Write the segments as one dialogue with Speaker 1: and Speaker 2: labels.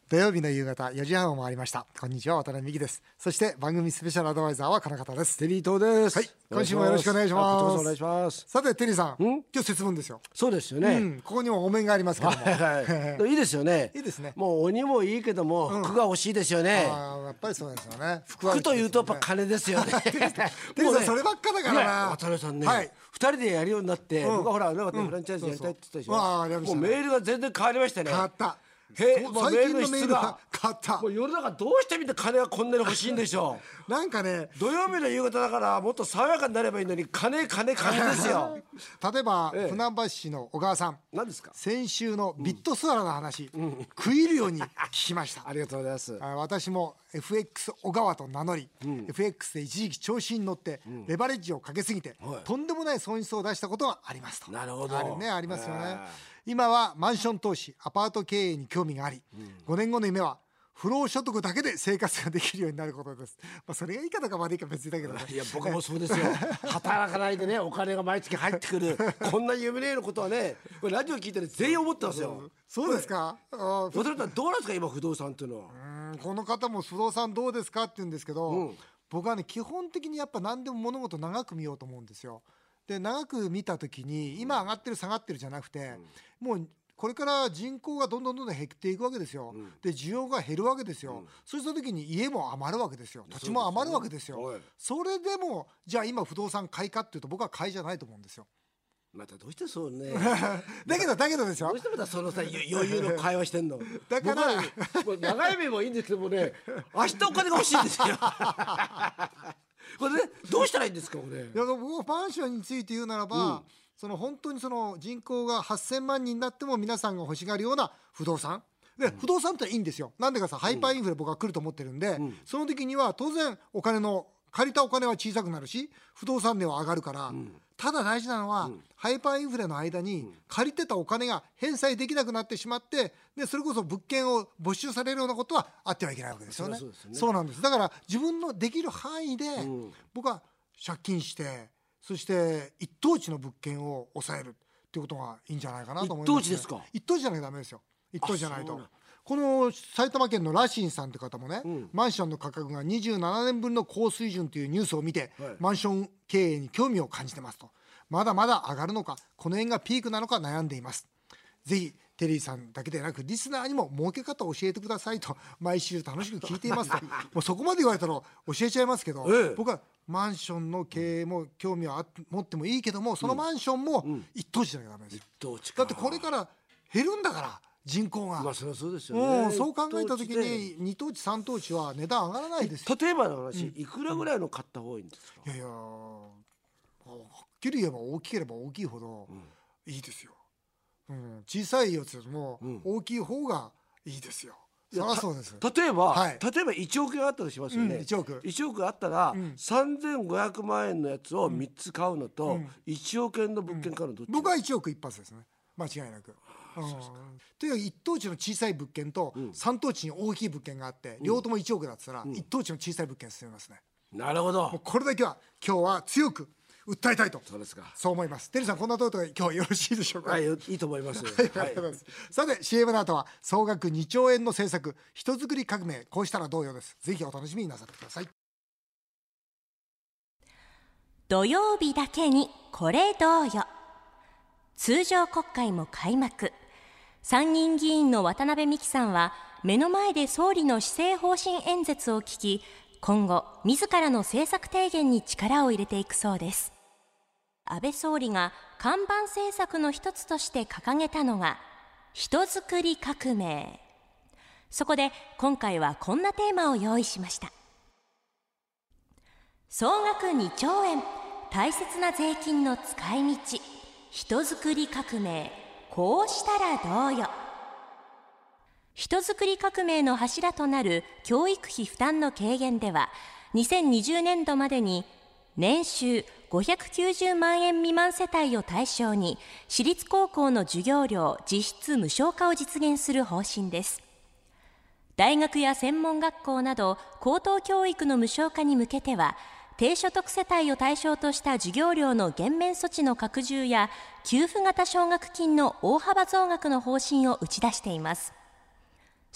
Speaker 1: 土曜日の夕方4時半を回りました。こんにちは、渡辺美希です。そして番組スペシャルアドバイザーはこの方です。
Speaker 2: テリー東です。
Speaker 1: はい、今週もよろしくお願いします。
Speaker 2: お願いします。
Speaker 1: さてテリーさん、今日節分ですよ。
Speaker 2: そうですよね、
Speaker 1: ここにもお面がありますけども、
Speaker 2: いいですよね。
Speaker 1: いいですね。
Speaker 2: もう鬼もいいけども、服が欲しいですよね。
Speaker 1: やっぱりそうですよね。
Speaker 2: 服というとやっぱ金ですよね。
Speaker 1: テリーさんそればっかだからな。
Speaker 2: 渡辺さんね、
Speaker 1: はい、
Speaker 2: 2人でやるようになって、僕はほらフランチャイズやりたいって言ったでしょ。もうメールが全然変わりましたね。
Speaker 1: 変わった。
Speaker 2: 最近のメールが
Speaker 1: 変わった。
Speaker 2: もう世の中どうしてみんな金がこんなに欲しいんでしょ
Speaker 1: う。なんかね、
Speaker 2: 土曜日の夕方だからもっと爽やかになればいいのに金ですよ。
Speaker 1: 例えば、船橋市の小川さん、
Speaker 2: 何ですか。
Speaker 1: 先週のビットスワラの話、食い入るように聞きました。
Speaker 2: ありがとうございます。
Speaker 1: 私も FX 小川と名乗り、FX で一時期調子に乗ってレバレッジをかけすぎて、とんでもない損失を出したことがありますと。
Speaker 2: なるほど。
Speaker 1: ありますよね。今はマンション投資、アパート経営に興味があり、5年後の夢は不労所得だけで生活ができるようになることです。それがいいかどうか悪いか別にだけどね。
Speaker 2: いや僕もそうですよ。働かないでね、お金が毎月入ってくるこんな夢のようなことはね、これラジオ聞いてね全員思ってますよ。
Speaker 1: そうですか。
Speaker 2: 渡辺さんどうなんですか今不動産っていうのは。
Speaker 1: この方も不動産どうですかって言うんですけど、僕はね基本的にやっぱ何でも物事長く見ようと思うんですよ。で長く見た時に今上がってる下がってるじゃなくて、もうこれから人口がどんどん減っていくわけですよ。で需要が減るわけですよ。そうした時に家も余るわけですよ。土地も余るわけですよ。それでもじゃあ今不動産買いかっていうと僕は買いじゃないと思うんですよ。
Speaker 2: またどうしてそうね。
Speaker 1: だけどですよ。
Speaker 2: どうしてまたそのさ余裕の会話してんの。
Speaker 1: だから
Speaker 2: 長い目もいいんですけどもね、明日お金が欲しいんですよ。これね、どうしたらいいんですかこれ。
Speaker 1: 僕はマンションについて言うならば、その本当にその人口が8000万人になっても皆さんが欲しがるような不動産で、不動産っていいんですよ。なんでかさ、ハイパーインフレ僕は来ると思ってるんで、その時には当然借りたお金は小さくなるし不動産値は上がるから、ただ大事なのは、ハイパーインフレの間に借りてたお金が返済できなくなってしまって、でそれこそ物件を没収されるようなことはあってはいけないわけですよね。そうなんです。だから自分のできる範囲で、僕は借金してそして一等地の物件を抑えるっていうことがいいんじゃないかなと思います、ね。
Speaker 2: 一等地ですか。
Speaker 1: 一等地じゃなきゃダメですよ。一等地じゃないと。この埼玉県のラシンさんって方もね、マンションの価格が27年分の高水準というニュースを見て、マンション経営に興味を感じてますと。まだまだ上がるのか、この辺がピークなのか悩んでいます。ぜひテリーさんだけでなくリスナーにも儲け方を教えてくださいと毎週楽しく聞いていますと。もうそこまで言われたら教えちゃいますけど、僕はマンションの経営も興味は持ってもいいけども、そのマンションも一等地じゃなきゃダメです。だってこれから減るんだから人口が。
Speaker 2: そりゃそうですよね。
Speaker 1: そう考えた時に二等地三等地は値段上がらないですよ。
Speaker 2: 例えばの話、いくらぐらいの買った方がいいんですか。
Speaker 1: いやはっきり言えば大きければ大きいほどいいですよ。小さいやつよりも大きい方がいいですよ。そりゃそうです。
Speaker 2: 例えば1億円あったとしますよね。1億あったら3500万円のやつを3つ買うのと1億円の物件買うのどっち。
Speaker 1: 僕は1億一発ですね、間違いなく。という一等地の小さい物件と三等地に大きい物件があって、両方とも1億だったら一等地の小さい物件進めますね。
Speaker 2: なるほど。
Speaker 1: もうこれだけは今日は強く訴えたいと。
Speaker 2: そうですか。
Speaker 1: そう思います。テリーさんこんなところで今日はよろしいでしょうか。
Speaker 2: はい、いいと思います。
Speaker 1: さて CM の後は総額2兆円の政策、人づくり革命、こうしたらどうよです。ぜひお楽しみになさってください。
Speaker 3: 土曜日だけにこれどうよ。通常国会も開幕。参議院議員の渡辺美樹さんは目の前で総理の施政方針演説を聞き、今後自らの政策提言に力を入れていくそうです。安倍総理が看板政策の一つとして掲げたのが人づくり革命。そこで今回はこんなテーマを用意しました。総額2兆円、大切な税金の使い道、人づくり革命、こうしたらどうよ。人づくり革命の柱となる教育費負担の軽減では、2020年度までに年収590万円未満世帯を対象に私立高校の授業料実質無償化を実現する方針です。大学や専門学校など高等教育の無償化に向けては、低所得世帯を対象とした授業料の減免措置の拡充や給付型奨学金の大幅増額の方針を打ち出しています。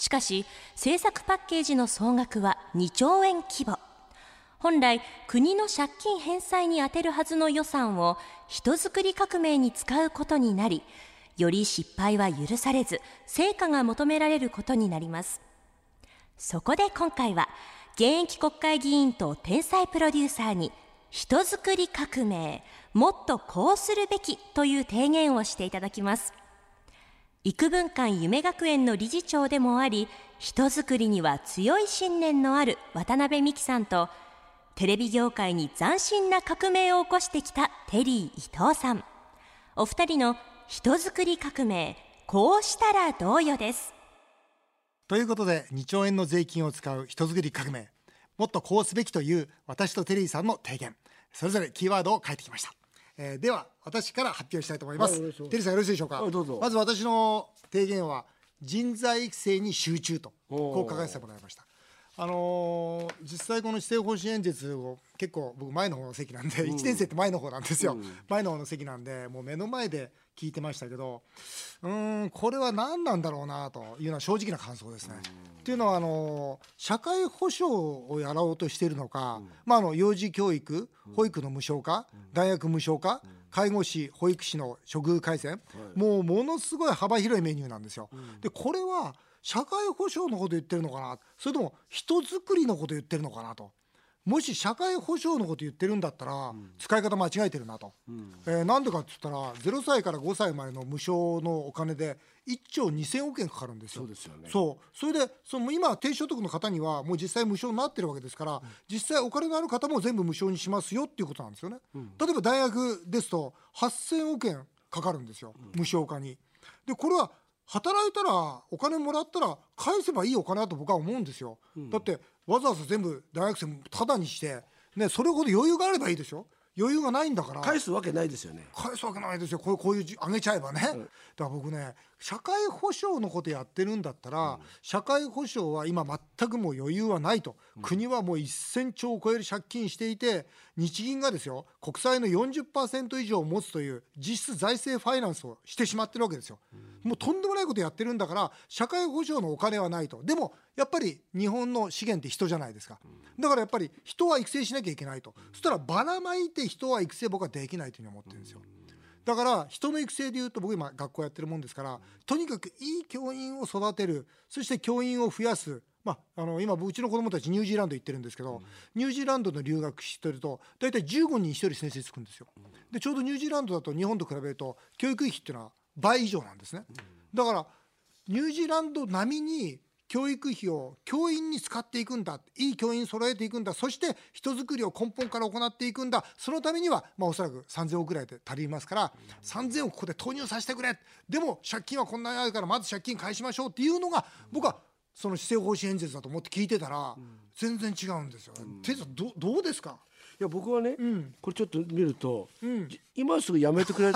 Speaker 3: しかし政策パッケージの総額は2兆円規模。本来国の借金返済に充てるはずの予算を人づくり革命に使うことになり、より失敗は許されず成果が求められることになります。そこで今回は現役国会議員と天才プロデューサーに人づくり革命、もっとこうするべきという提言をしていただきます。育文館夢学園の理事長でもあり、人づくりには強い信念のある渡辺美樹さんと、テレビ業界に斬新な革命を起こしてきたテリー伊藤さん。お二人の人づくり革命、こうしたらどうよです。
Speaker 1: ということで、2兆円の税金を使う人づくり革命、もっとこうすべきという私とテリーさんの提言、それぞれキーワードを書いてきました。では私から発表したいと思います。テリーさんよろしいでしょうか。
Speaker 2: どうぞ。
Speaker 1: まず私の提言は人材育成に集中とこう書かせてもらいました。実際この施政方針演説を結構僕前の方の席なんで、1年生って前の方なんですよ、前の方の席なんでもう目の前で聞いてましたけど、これは何なんだろうなというのは正直な感想ですね。っていうのは社会保障をやろうとしているのか、幼児教育、保育の無償化、大学無償化、介護士、保育士の処遇改善、もうものすごい幅広いメニューなんですよ。でこれは社会保障のこと言ってるのかな、それとも人づくりのこと言ってるのかなと。もし社会保障のこと言ってるんだったら、使い方間違えてるなと。なんでかって言ったら0歳から5歳までの無償のお金で1兆2000億円かかるんですよ。
Speaker 2: そうですよね。
Speaker 1: それで今低所得の方にはもう実際無償になってるわけですから、実際お金のある方も全部無償にしますよっていうことなんですよね。例えば大学ですと8000億円かかるんですよ、無償化に。でこれは働いたらお金もらったら返せばいいお金だと僕は思うんですよ。だってわざわざ全部大学生もタダにして、それほど余裕があればいいでしょ。余裕がないんだから
Speaker 2: 返すわけないですよね。
Speaker 1: 返すわけないですよ。こういうあげちゃえばね、だから僕ね、社会保障のことやってるんだったら、社会保障は今全くもう余裕はないと、国はもう1000兆を超える借金していて、日銀がですよ国債の 40% 以上を持つという実質財政ファイナンスをしてしまってるわけですよ。もうとんでもないことやってるんだから、社会保障のお金はないと。でもやっぱり日本の資源って人じゃないですか。だからやっぱり人は育成しなきゃいけないと。そしたらばらまいて人は育成僕はできないというふうに思ってるんですよ。だから人の育成でいうと、僕今学校やってるもんですから、とにかくいい教員を育てる、そして教員を増やす。今うちの子供たちニュージーランド行ってるんですけど、ニュージーランドの留学してると大体15人1人先生つくんですよ。でちょうどニュージーランドだと日本と比べると教育費っていうのは倍以上なんですね。だからニュージーランド並みに教育費を教員に使っていくんだ、いい教員揃えていくんだ、そして人づくりを根本から行っていくんだ。そのためにはおそらく3000億ぐらいで足りますから、3000億ここで投入させてくれ、でも借金はこんなにあるからまず借金返しましょうっていうのが、僕はその施政方針演説だと思って聞いてたら、全然違うんですよ。テリーさんどうですか。
Speaker 2: いや僕はね、これちょっと見ると、今すぐやめてくれ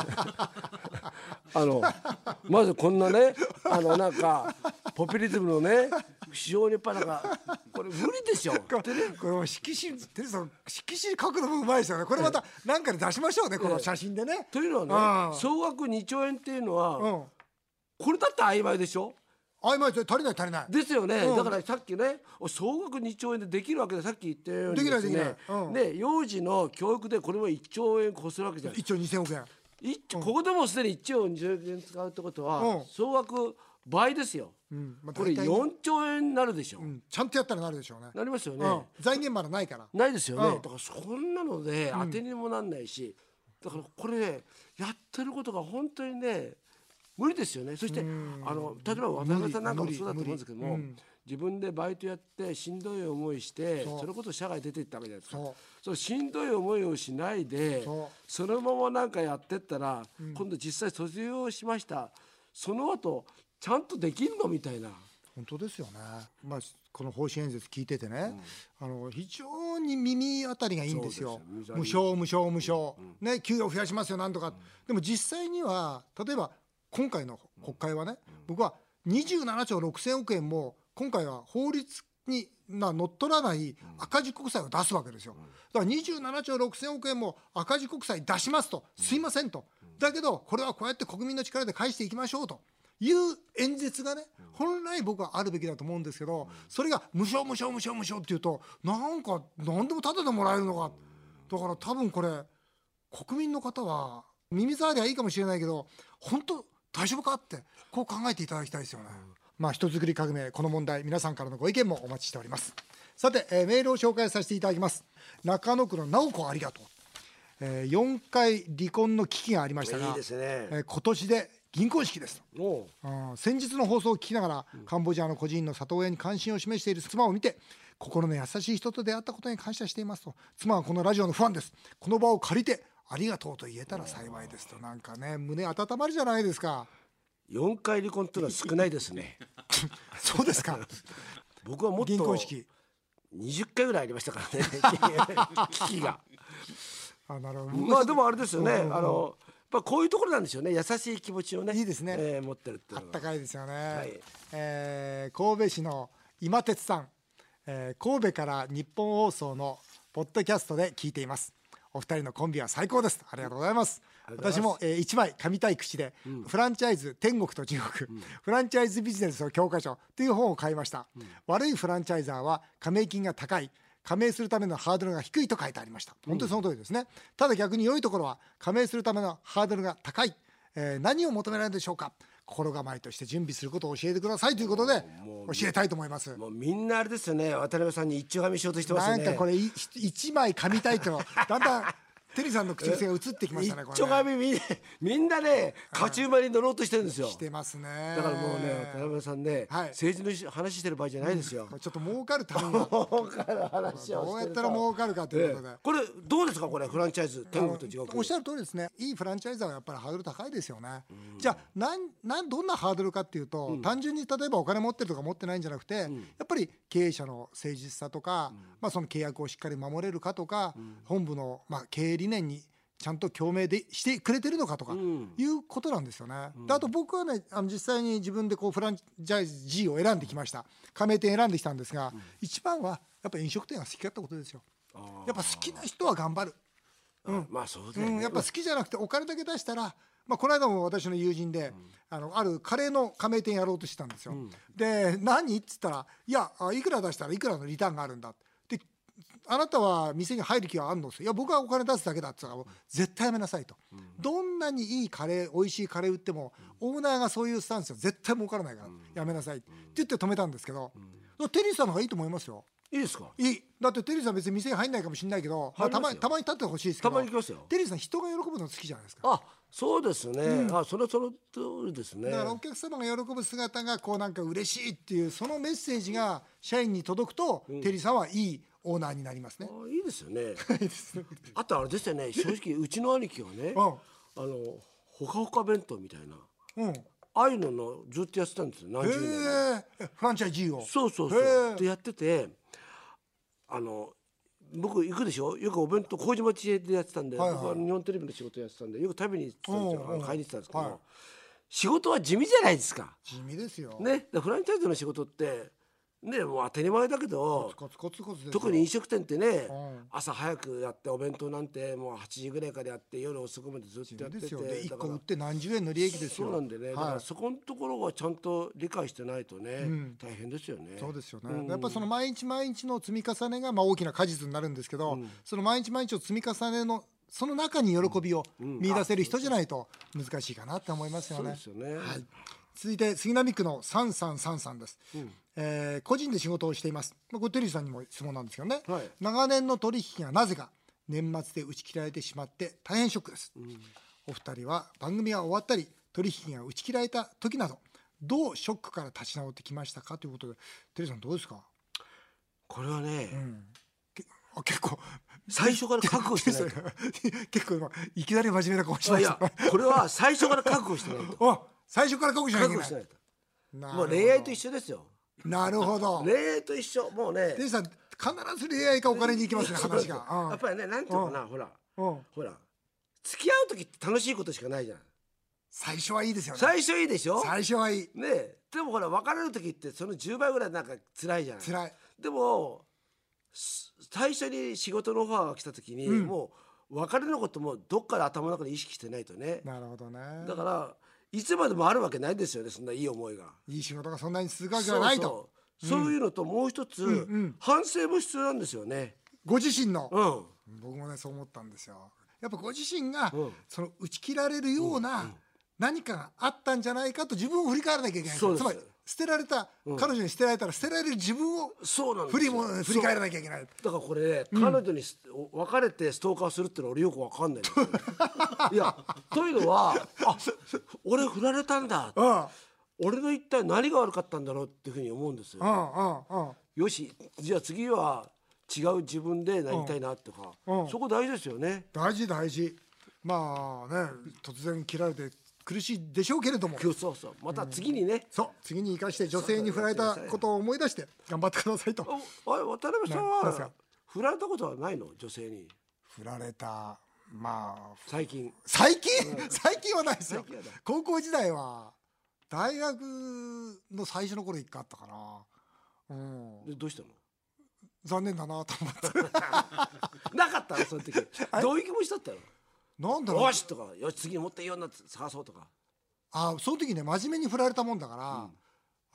Speaker 2: まずこんなねなんかポピュリズムのね非常にやっぱなんかこれ無理ですよ。
Speaker 1: これ色紙テリーさん色紙書くのもうまいですよね。これまた何かで出しましょうね、この写真でね。
Speaker 2: というのはね、総額2兆円っていうのは、これだって曖昧でしょ。
Speaker 1: 曖昧ですよ。足りない
Speaker 2: ですよね。だからさっきね、総額2兆円でできるわけで、さっき言ったように
Speaker 1: できない
Speaker 2: 幼児の教育でこれは1兆円超するわけじゃない。
Speaker 1: 1兆2000億円、
Speaker 2: ここでもすでに1兆2000円使うってことは、総額倍ですよ。これ4兆円になるでしょ。
Speaker 1: ちゃんとやったらなるでしょうね。
Speaker 2: なりますよね。
Speaker 1: 財源まだないから。
Speaker 2: ないですよね。だからそんなので当てにもなんないし、だからこれね、やってることが本当にね無理ですよね。そして例えば渡辺さんなんかもそうだと思うんですけども、自分でバイトやってしんどい思いして、それこそ社外出ていったわけじゃないですか。そうしんどい思いをしないで、そのままなんかやってったら、今度実際卒業しました、その後ちゃんとできるのみたいな。
Speaker 1: 本当ですよね。この方針演説聞いててね、非常に耳当たりがいいんですよ。無償、ね、給与増やしますよなんとか。でも実際には例えば今回の国会はね、僕は27兆6000億円も今回は法律にのっとらない赤字国債を出すわけですよ。だから27兆6000億円も赤字国債出しますと、すいませんと、だけどこれはこうやって国民の力で返していきましょうという演説がね、本来僕はあるべきだと思うんですけど、それが無償無償無償無償っていうと、なんか何でもタダでもらえるのか。だから多分これ国民の方は耳障りはいいかもしれないけど、本当大丈夫かってこう考えていただきたいですよね。人づくり革命、この問題皆さんからのご意見もお待ちしております。さて、メールを紹介させていただきます。中野区の直子ありがとう。4回離婚の危機がありましたが、
Speaker 2: いいですね。
Speaker 1: 今年で銀婚式ですと。
Speaker 2: おう
Speaker 1: 先日の放送を聞きながら、カンボジアの孤児院の里親に関心を示している妻を見て、心の優しい人と出会ったことに感謝していますと。妻はこのラジオのファンです。この場を借りてありがとうと言えたら幸いですと。なんかね、胸温まるじゃないですか。
Speaker 2: 4回離婚っていうのは少ないですね。
Speaker 1: そうですか。
Speaker 2: 僕はもっと
Speaker 1: 銀婚式
Speaker 2: 20回ぐらいありましたからね。危機が。
Speaker 1: なるほど。
Speaker 2: まあでもあれですよね。やっぱこういうところなんですよね。優しい気持ちをね。
Speaker 1: いいですね。
Speaker 2: 持ってるっていうのは。
Speaker 1: あったかいですよね。
Speaker 2: はい。
Speaker 1: 神戸市の今鉄さん、神戸から日本放送のポッドキャストで聞いています。お二人のコンビは最高です。ありがとうございます。私も、1枚噛みたい口で、フランチャイズ天国と地獄、フランチャイズビジネスの教科書という本を買いました。悪いフランチャイザーは加盟金が高い、加盟するためのハードルが低いと書いてありました。本当にその通りですね。ただ逆に良いところは加盟するためのハードルが高い、何を求められるでしょうか。心構えとして準備することを教えてくださいということで教えたいと思います。
Speaker 2: もうみんなあれですよね。渡辺さんに一丁噛みしようとしてますよね。
Speaker 1: なんかこれ1枚噛みたいとだんだんテリーさんの口癖が移ってきましたね。
Speaker 2: 一丁噛みみんなね勝ち馬に乗ろうとしてるんですよ。
Speaker 1: してますね。
Speaker 2: だからもうね渡辺さんね、政治の話してる場合じゃないですよ。
Speaker 1: ちょっと儲かるために
Speaker 2: 儲かる話を
Speaker 1: どうやったら儲かるかということで、
Speaker 2: これどうですか。これフランチャイズ天国と地獄。
Speaker 1: おっしゃる通りですね。いいフランチャイザーはやっぱりハードル高いですよね。じゃあどんなハードルかっていうと、単純に例えばお金持ってるとか持ってないんじゃなくて、やっぱり経営者の誠実さとか、その契約をしっかり守れるかとか、本部の経営理念にちゃんと共鳴でしてくれてるのかとかいうことなんですよね。であと僕はね、実際に自分でこうフランチャイズを選んできました。加盟店選んできたんですが、一番はやっぱり飲食店が好きだったことですよ。やっぱ好きな人は頑張る。
Speaker 2: まあそうだよね。
Speaker 1: やっぱ好きじゃなくてお金だけ出したら、この間も私の友人で、あるカレーの加盟店やろうとしてたんですよ。で何っつったら、いやいくら出したらいくらのリターンがあるんだ。であなたは店に入る気はあるの？いや僕はお金出すだけだって言ったら、絶対やめなさいと。どんなにいいカレー、美味しいカレー売ってもオーナーがそういうスタンスは絶対儲からないから、やめなさいって言って止めたんですけど、テリーさんの方がいいと思いますよ。
Speaker 2: いいですか。
Speaker 1: いい。だってテリーさん別に店に入んないかもしれないけど、たまに立ってほしいですけど、
Speaker 2: たまに行きますよ。
Speaker 1: テリーさん人が喜ぶの好きじゃないですか。
Speaker 2: あ、そうですね。その通りですね。
Speaker 1: だからお客様が喜ぶ姿がこうなんか嬉しいっていうそのメッセージが社員に届くと、テリーさんはいいオーナーになりますね。
Speaker 2: いいですよね。あとあれですよね。正直うちの兄貴がね、ほかほか弁当みたいな、ああいうのずっとやってたんですよ。何十年。
Speaker 1: フランチャイズを。
Speaker 2: そうでやってて、僕行くでしょ。よくお弁当麹町でやってたんで、僕は日本テレビの仕事やってたんでよく食べに行ってたんですよ。買いに行ってたんですけど、仕事は地味じゃないですか。
Speaker 1: 地味ですよ
Speaker 2: ね。フランチャイズの仕事ってね、もう当たり前だけど、特に飲食店ってね、朝早くやってお弁当なんてもう8時ぐらいからやって夜遅くまでずっとやってて、
Speaker 1: 1個売って何十円の利益ですよ。
Speaker 2: そうなんでね、だからそこのところはちゃんと理解してないとね、大変ですよね。
Speaker 1: そうですよね。やっぱりその毎日毎日の積み重ねが大きな果実になるんですけど、その毎日毎日の積み重ねのその中に喜びを見出せる人じゃないと難しいかなって思いますよね。
Speaker 2: そうですよね。
Speaker 1: はい。続いて杉並区の3333です。個人で仕事をしています。これテリーさんにも質問なんですけどね、長年の取引がなぜか年末で打ち切られてしまって大変ショックです。お二人は番組が終わったり取引が打ち切られた時などどうショックから立ち直ってきましたかということで、テリーさんどうですか。
Speaker 2: これはね、
Speaker 1: 結構
Speaker 2: 最初から覚悟してないと
Speaker 1: 結構いきなり真面目な顔しました。
Speaker 2: これは最初から覚悟してないと
Speaker 1: 最初から覚悟しないといけ
Speaker 2: ない。もう恋愛と一緒ですよ。
Speaker 1: なるほど。
Speaker 2: 恋愛と一緒。もうね、
Speaker 1: テリーさん必ず恋愛かお金に行きますね、話が。
Speaker 2: やっぱりね、なんていうかな、ほら付き合う時って楽しいことしかないじゃん。
Speaker 1: 最初はいいですよね。
Speaker 2: 最初いいでしょ。
Speaker 1: 最初はいい
Speaker 2: ね。でもほら別れる時ってその10倍ぐらいなんか辛いじゃん。
Speaker 1: 辛い。
Speaker 2: でも最初に仕事のオファーが来た時に、もう別れのこともどっかで頭の中で意識してないとね。
Speaker 1: なるほどね。
Speaker 2: だからいつまでもあるわけないですよね、そんないい思いが。
Speaker 1: いい仕事がそんなに続くわけはないと。
Speaker 2: そういうのともう一つ、反省も必要なんですよね。
Speaker 1: ご自身の、
Speaker 2: うん、
Speaker 1: 僕もねそう思ったんですよ。やっぱご自身が、その打ち切られるような何かがあったんじゃないかと自分を振り返らなきゃいけない。つまり捨てられた、彼女に捨てられたら捨てられる自分を振り返らなきゃいけない。
Speaker 2: だからこれ、彼女に別れてストーカーするってのは俺よく分かんないんですよいやというのは俺振られたんだ、俺の一体何が悪かったんだろうっていうふうに思うんですよ。よし、じゃあ次は違う自分でなりたいなとか、そこ大事ですよね。
Speaker 1: 大事大事。まあね、突然切られて苦しいでしょうけれども、
Speaker 2: そうまた次にね、
Speaker 1: 次に生かして女性に振られたことを思い出して頑張ってくださいと。
Speaker 2: 渡辺さんは振られたことはないの？女性に
Speaker 1: 振られた、まあ
Speaker 2: 最近
Speaker 1: 最近はないですよ。高校時代は、大学の最初の頃一回あったかな。
Speaker 2: でどうしたの？
Speaker 1: 残念だなと思って
Speaker 2: なかったのその時どういう気持ちだったの？
Speaker 1: なんだろう、
Speaker 2: よしとか、よし次もっといい女探そうとか。
Speaker 1: その時ね、真面目に振られたもんだから、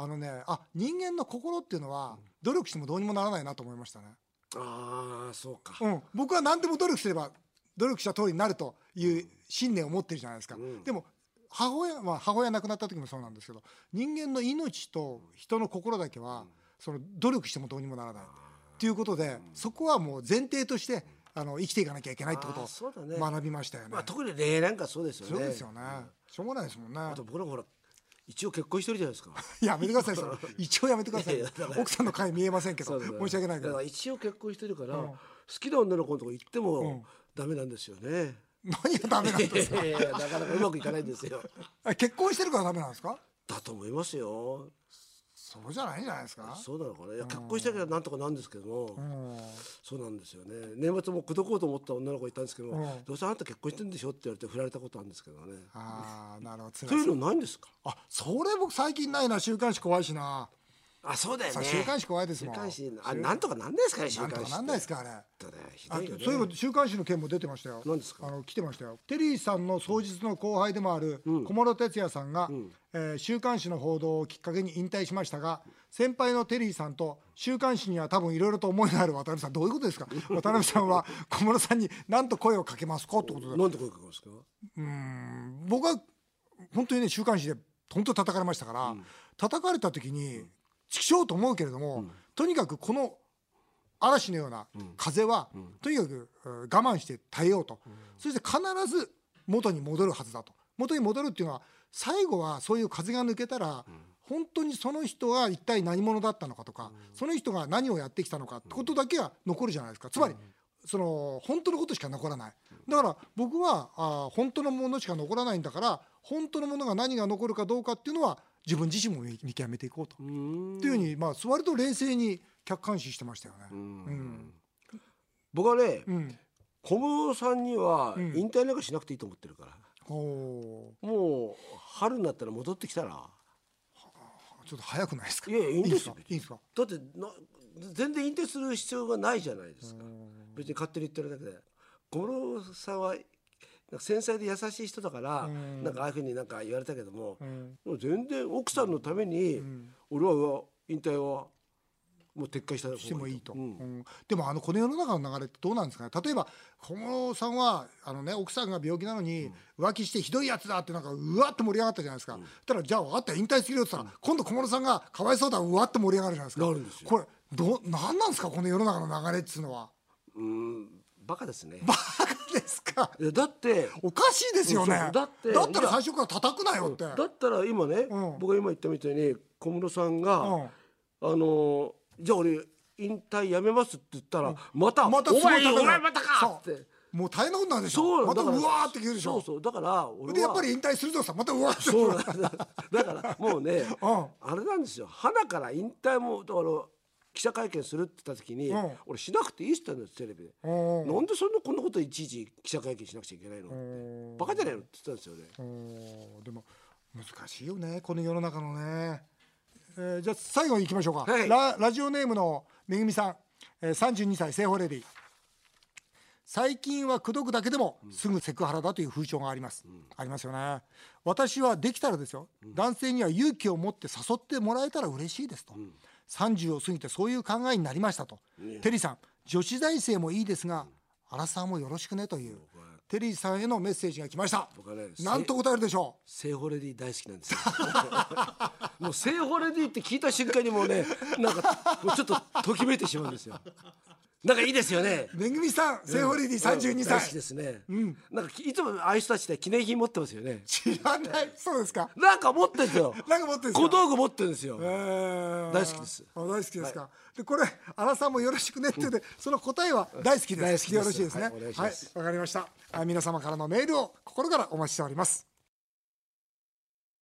Speaker 1: 人間の心っていうのは努力してもどうにもならないなと思いましたね。
Speaker 2: そうか。
Speaker 1: 僕は何でも努力すれば努力した通りになるという信念を持ってるじゃないですか。でも母親亡くなった時もそうなんですけど、人間の命と人の心だけは、その努力してもどうにもならないということで、そこはもう前提として生きていかなきゃいけないってことを学びましたよね。
Speaker 2: 特に恋愛なんかそうですよね。
Speaker 1: そうですよね。しょうがないですもんね。
Speaker 2: あと僕らほら一応結婚してるじゃないですか
Speaker 1: やめてくださいそれ一応やめてください奥さんの顔見えませんけど申し訳ないけど、
Speaker 2: 一応結婚してるから、好きな女の子のとこ行ってもダメなんですよね。
Speaker 1: 何がダメなんですか？
Speaker 2: なかなかうまくいかないんですよ
Speaker 1: 結婚してるからダメなんですか？
Speaker 2: だと思いますよ。
Speaker 1: そうじゃないんじゃないですか？
Speaker 2: そうなのかな。いや結婚したけどなんとかなんですけども、そうなんですよね。年末も口説こうと思った女の子いたんですけども、どうせあなた結婚してるんでしょって言われて振られたことあるんですけどね。
Speaker 1: なるほど。
Speaker 2: そういうのないんですか？
Speaker 1: それ僕最近ないな。週刊誌怖いしな。
Speaker 2: そうだよね。
Speaker 1: 週刊誌怖いですもん。
Speaker 2: 週刊誌なんとかなんですかね。週刊誌
Speaker 1: なんとかなんないですかあれ。
Speaker 2: そう
Speaker 1: いえば週刊誌の件も出てましたよ。
Speaker 2: 何ですか？
Speaker 1: 来てましたよ。テリーさんの双日の後輩でもある小室哲哉さんが、週刊誌の報道をきっかけに引退しましたが、先輩のテリーさんと週刊誌には多分いろいろと思いのある渡辺さん、どういうことですか？渡辺さんは小室さんに何と声をかけますかってことで。
Speaker 2: 何と声をかけますか？
Speaker 1: 僕は本当にね、週刊誌で本当に叩かれましたから、叩かれた時にちくしょうと思うけれども、とにかくこの嵐のような風は、とにかく我慢して耐えようと、そして必ず元に戻るはずだと。元に戻るっていうのは、最後はそういう風が抜けたら、本当にその人が一体何者だったのかとか、その人が何をやってきたのかってことだけは残るじゃないですか。つまりその本当のことしか残らない。だから僕は本当のものしか残らないんだから、本当のものが何が残るかどうかっていうのは自分自身も見極めていこうとっていうふうに、割と冷静に客観視してましたよね。
Speaker 2: 僕はね、小室さんには引退なんかしなくていいと思ってるから、もう春になったら戻ってきたら。
Speaker 1: ちょっと早くないですか？
Speaker 2: いやいいんですよ。
Speaker 1: いいんですか？
Speaker 2: だって全然引退する必要がないじゃないですか。別に勝手に言ってるだけで。小室さんは繊細で優しい人だから、なんかああいうふうになんか言われたけども、全然奥さんのために俺は引退はもう撤回して
Speaker 1: もいいと。でもこの世の中の流れってどうなんですかね。例えば小室さんは奥さんが病気なのに浮気してひどいやつだってなんかうわっと盛り上がったじゃないですか。たらじゃあ分かった引退するよって言ったら、今度小室さんがかわいそうだうわっと盛り上がるじゃないですか。
Speaker 2: なるんですよ。
Speaker 1: これ何なんですかこの世の中の流れっつうのは。
Speaker 2: バカですね。
Speaker 1: バカですか。
Speaker 2: だって
Speaker 1: おかしいですよね。だったら最初から叩くなよって。
Speaker 2: だったら今ね、僕が今言ったみたいに小室さんがじゃあ俺引退やめますって言ったら、またお前またかって
Speaker 1: もう大変なことなんでしょ。またうわーって言うでしょ。
Speaker 2: だから俺は
Speaker 1: やっぱり引退するとさ、またうわーって。
Speaker 2: そうだからもうねあれなんですよ。花から引退もだから記者会見するって言った時に、俺しなくていいって言ったんですテレビで。なんでこんなこといちいち記者会見しなくちゃいけないのってバカじゃないのって言ったんですよね。
Speaker 1: でも難しいよねこの世の中のね。じゃあ最後に行きましょうか。ラジオネームのめぐみさん、32歳正方レディ。 最近は口説くだけでもすぐセクハラだという風潮があります、ありますよね。私はできたらですよ、男性には勇気を持って誘ってもらえたら嬉しいですと、30を過ぎてそういう考えになりましたと、テリーさん、女子大生もいいですが、アラサーもよろしくねというテリーさんへのメッセージが来ました。
Speaker 2: 僕はね、
Speaker 1: なんと答えるでしょう。
Speaker 2: セイホレディ大好きなんですよもうセイホレディって聞いた瞬間にもうね、なんかもうちょっとときめいてしまうんですよ。なんかいいですよね。
Speaker 1: めぐみさん、セイホレディ32歳、
Speaker 2: 大好きですね、なんかいつもああいう人たちで記念品持ってますよね。
Speaker 1: 知らない。そうですか。
Speaker 2: なんか持ってるんですよ
Speaker 1: なんか持ってるんですか。
Speaker 2: 小道具持ってるんですよ、
Speaker 1: 大
Speaker 2: 大好きです。
Speaker 1: 大好きですか、でこれアラさんもよろしくねって言って、その答えは大好きです、
Speaker 2: 大好きです。
Speaker 1: よろしいですね。
Speaker 2: はい、お願いします。
Speaker 1: わかりました。皆様からのメールを心からお待ちしております。